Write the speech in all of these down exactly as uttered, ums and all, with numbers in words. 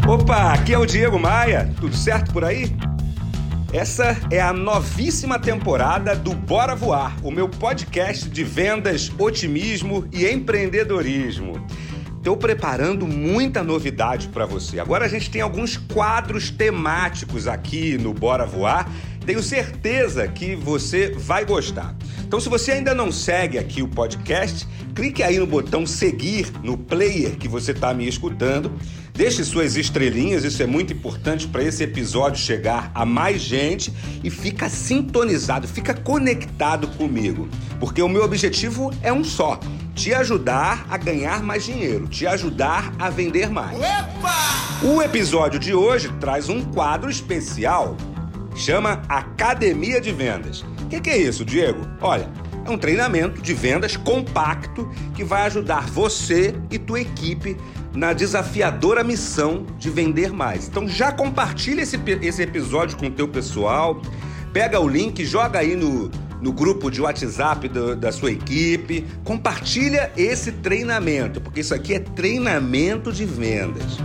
Opa, aqui é o Diego Maia, tudo certo por aí? Essa é a novíssima temporada do Bora Voar, o meu podcast de vendas, otimismo e empreendedorismo. Estou preparando muita novidade para você. Agora a gente tem alguns quadros temáticos aqui no Bora Voar. Tenho certeza que você vai gostar. Então, se você ainda não segue aqui o podcast, clique aí no botão seguir no player que você está me escutando. Deixe suas estrelinhas, isso é muito importante para esse episódio chegar a mais gente e fica sintonizado, fica conectado comigo. Porque o meu objetivo é um só, te ajudar a ganhar mais dinheiro, te ajudar a vender mais. Opa! O episódio de hoje traz um quadro especial, chama Academia de Vendas. O que, que é isso, Diego? Olha, é um treinamento de vendas compacto que vai ajudar você e tua equipe na desafiadora missão de vender mais. Então já compartilha esse, esse episódio com o teu pessoal, pega o link, joga aí no, no grupo de WhatsApp do, da sua equipe, compartilha esse treinamento, porque isso aqui é treinamento de vendas.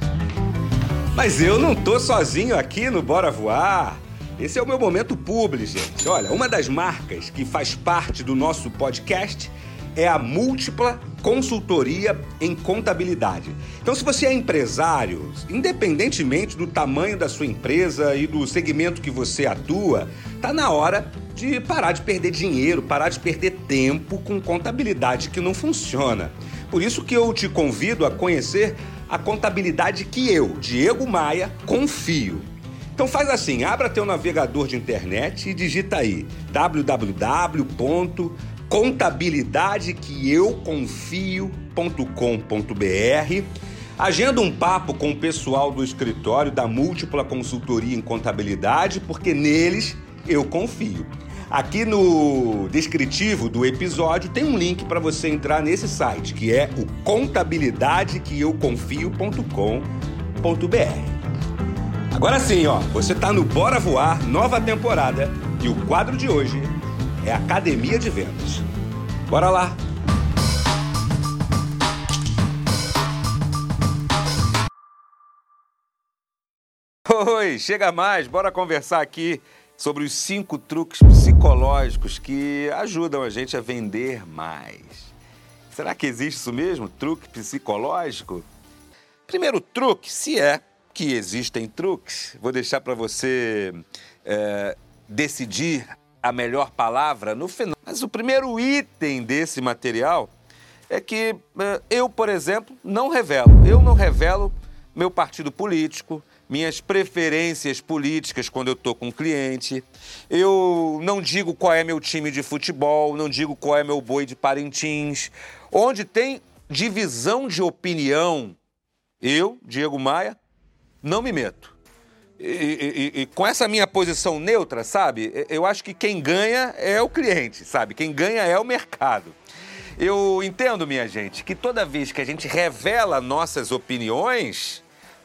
Mas eu não tô sozinho aqui no Bora Voar. Esse é o meu momento publi, gente. Olha, uma das marcas que faz parte do nosso podcast é a Múltipla Consultoria em Contabilidade. Então, se você é empresário, independentemente do tamanho da sua empresa e do segmento que você atua, tá na hora de parar de perder dinheiro, parar de perder tempo com contabilidade que não funciona. Por isso que eu te convido a conhecer a contabilidade que eu, Diego Maia, confio. Então faz assim, abra teu navegador de internet e digita aí w w w ponto contabilidade que eu confio ponto com ponto b r. Agenda um papo com o pessoal do escritório da Múltipla Consultoria em Contabilidade, porque neles eu confio. Aqui no descritivo do episódio tem um link para você entrar nesse site, que é o contabilidade que eu confio ponto com ponto b r. Agora sim, ó, você tá no Bora Voar, nova temporada, e o quadro de hoje é Academia de Vendas. Bora lá! Oi, chega mais, bora conversar aqui sobre os cinco truques psicológicos que ajudam a gente a vender mais. Será que existe isso mesmo, truque psicológico? Primeiro truque, se é que existem truques, vou deixar para você é, decidir a melhor palavra no final. Mas o primeiro item desse material é que é, eu, por exemplo, não revelo. Eu não revelo meu partido político, minhas preferências políticas quando eu estou com um cliente. Eu não digo qual é meu time de futebol, não digo qual é meu boi de Parintins. Onde tem divisão de opinião, eu, Diego Maia, não me meto. E, e, e com essa minha posição neutra, sabe? Eu acho que quem ganha é o cliente, sabe? Quem ganha é o mercado. Eu entendo, minha gente, que toda vez que a gente revela nossas opiniões,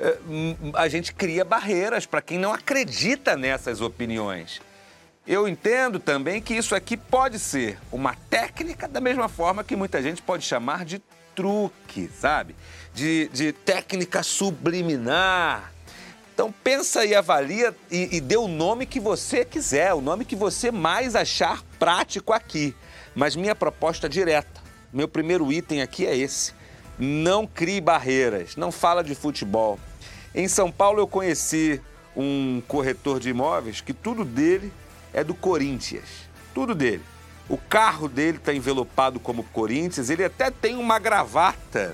a gente cria barreiras para quem não acredita nessas opiniões. Eu entendo também que isso aqui pode ser uma técnica da mesma forma que muita gente pode chamar de truque, sabe? De, de técnica subliminar. Então pensa e avalia e, e dê o nome que você quiser, o nome que você mais achar prático aqui. Mas minha proposta direta, meu primeiro item aqui é esse. Não crie barreiras, não fala de futebol. Em São Paulo eu conheci um corretor de imóveis que tudo dele é do Corinthians, tudo dele. O carro dele está envelopado como Corinthians, ele até tem uma gravata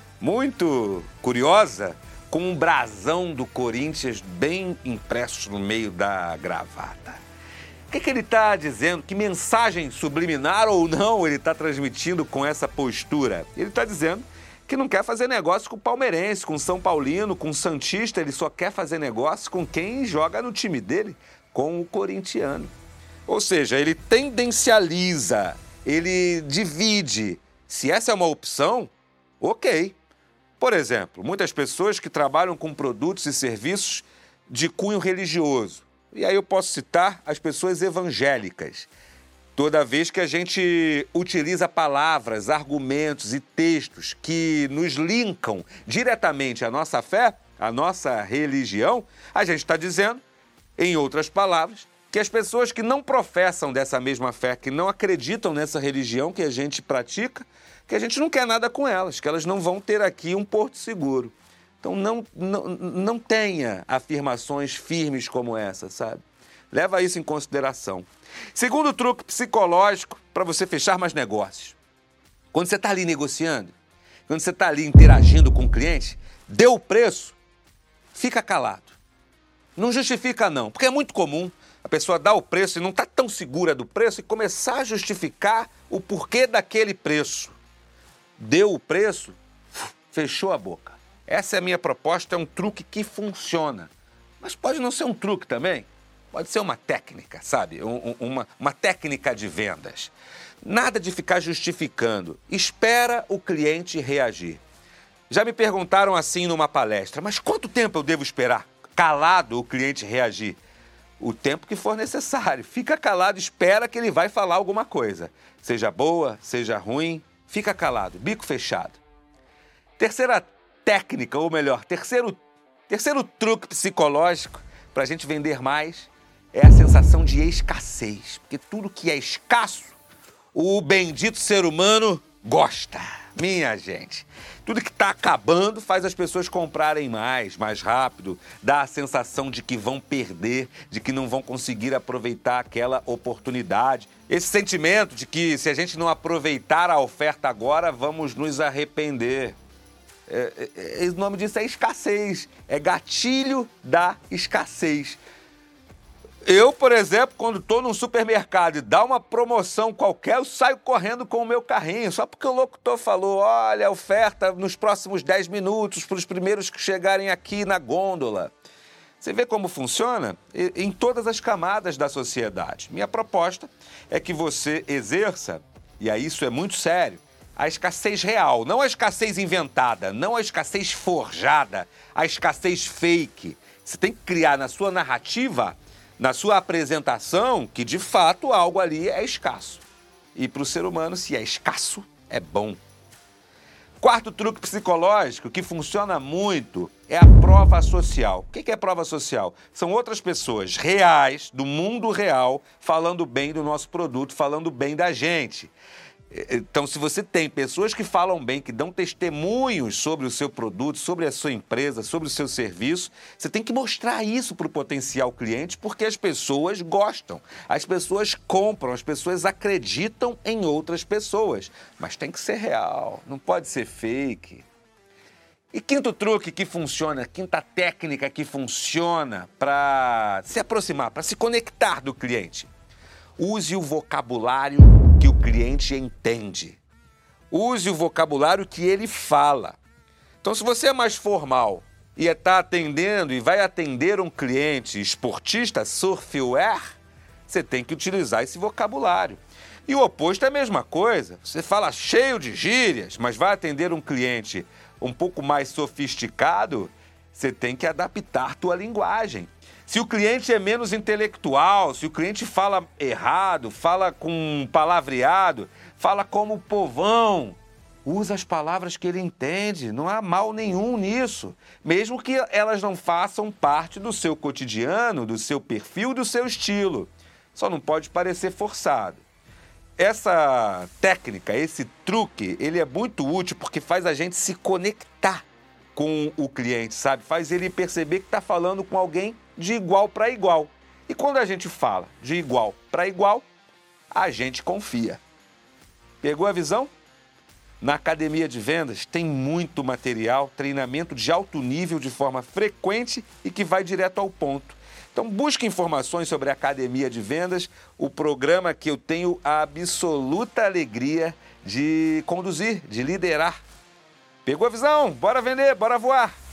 muito curiosa, com um brasão do Corinthians bem impresso no meio da gravata. O que, que ele está dizendo? Que mensagem subliminar ou não ele está transmitindo com essa postura? Ele está dizendo que não quer fazer negócio com o palmeirense, com o São Paulino, com o santista, ele só quer fazer negócio com quem joga no time dele, com o corintiano. Ou seja, ele tendencializa, ele divide. Se essa é uma opção, ok. Por exemplo, muitas pessoas que trabalham com produtos e serviços de cunho religioso. E aí eu posso citar as pessoas evangélicas. Toda vez que a gente utiliza palavras, argumentos e textos que nos linkam diretamente à nossa fé, a nossa religião, a gente está dizendo, em outras palavras, que as pessoas que não professam dessa mesma fé, que não acreditam nessa religião que a gente pratica, que a gente não quer nada com elas, que elas não vão ter aqui um porto seguro. Então não, não, não tenha afirmações firmes como essa, sabe? Leva isso em consideração. Segundo truque psicológico para você fechar mais negócios. Quando você está ali negociando, quando você está ali interagindo com o cliente, deu o preço, fica calado. Não justifica não, porque é muito comum a pessoa dar o preço e não está tão segura do preço e começar a justificar o porquê daquele preço. Deu o preço, fechou a boca. Essa é a minha proposta, é um truque que funciona. Mas pode não ser um truque também. Pode ser uma técnica, sabe? Um, uma, uma técnica de vendas. Nada de ficar justificando. Espera o cliente reagir. Já me perguntaram assim numa palestra, mas quanto tempo eu devo esperar? Calado o cliente reagir? O tempo que for necessário. Fica calado, espera que ele vai falar alguma coisa. Seja boa, seja ruim, fica calado, bico fechado. Terceira técnica, ou melhor, terceiro, terceiro truque psicológico para a gente vender mais é a sensação de escassez. Porque tudo que é escasso, o bendito ser humano gosta. Minha gente, tudo que está acabando faz as pessoas comprarem mais, mais rápido, dá a sensação de que vão perder, de que não vão conseguir aproveitar aquela oportunidade. Esse sentimento de que se a gente não aproveitar a oferta agora, vamos nos arrepender. É, é, é, o nome disso é escassez, é gatilho da escassez. Eu, por exemplo, quando estou num supermercado e dá uma promoção qualquer, eu saio correndo com o meu carrinho, só porque o locutor falou, olha, oferta nos próximos dez minutos para os primeiros que chegarem aqui na gôndola. Você vê como funciona? Em todas as camadas da sociedade. Minha proposta é que você exerça, e aí isso é muito sério, a escassez real, não a escassez inventada, não a escassez forjada, a escassez fake. Você tem que criar na sua narrativa, na sua apresentação, que de fato algo ali é escasso. E para o ser humano, se é escasso, é bom. Quarto truque psicológico que funciona muito é a prova social. O que é prova social? São outras pessoas reais, do mundo real, falando bem do nosso produto, falando bem da gente. Então, se você tem pessoas que falam bem, que dão testemunhos sobre o seu produto, sobre a sua empresa, sobre o seu serviço, você tem que mostrar isso para o potencial cliente, porque as pessoas gostam, as pessoas compram, as pessoas acreditam em outras pessoas. Mas tem que ser real, não pode ser fake. E quinto truque que funciona, quinta técnica que funciona para se aproximar, para se conectar do cliente. Use o vocabulário que o cliente entende. Use o vocabulário que ele fala. Então, se você é mais formal e está atendendo e vai atender um cliente esportista, surfwear, você tem que utilizar esse vocabulário. E o oposto é a mesma coisa. Você fala cheio de gírias, mas vai atender um cliente um pouco mais sofisticado, você tem que adaptar a tua linguagem. Se o cliente é menos intelectual, se o cliente fala errado, fala com palavreado, fala como povão, usa as palavras que ele entende, não há mal nenhum nisso. Mesmo que elas não façam parte do seu cotidiano, do seu perfil, do seu estilo. Só não pode parecer forçado. Essa técnica, esse truque, ele é muito útil porque faz a gente se conectar com o cliente, sabe? Faz ele perceber que está falando com alguém de igual para igual. E quando a gente fala de igual para igual, a gente confia. Pegou a visão? Na Academia de Vendas tem muito material, treinamento de alto nível de forma frequente e que vai direto ao ponto. Então busque informações sobre a Academia de Vendas, o programa que eu tenho a absoluta alegria de conduzir, de liderar. Pegou a visão? Bora vender, bora voar!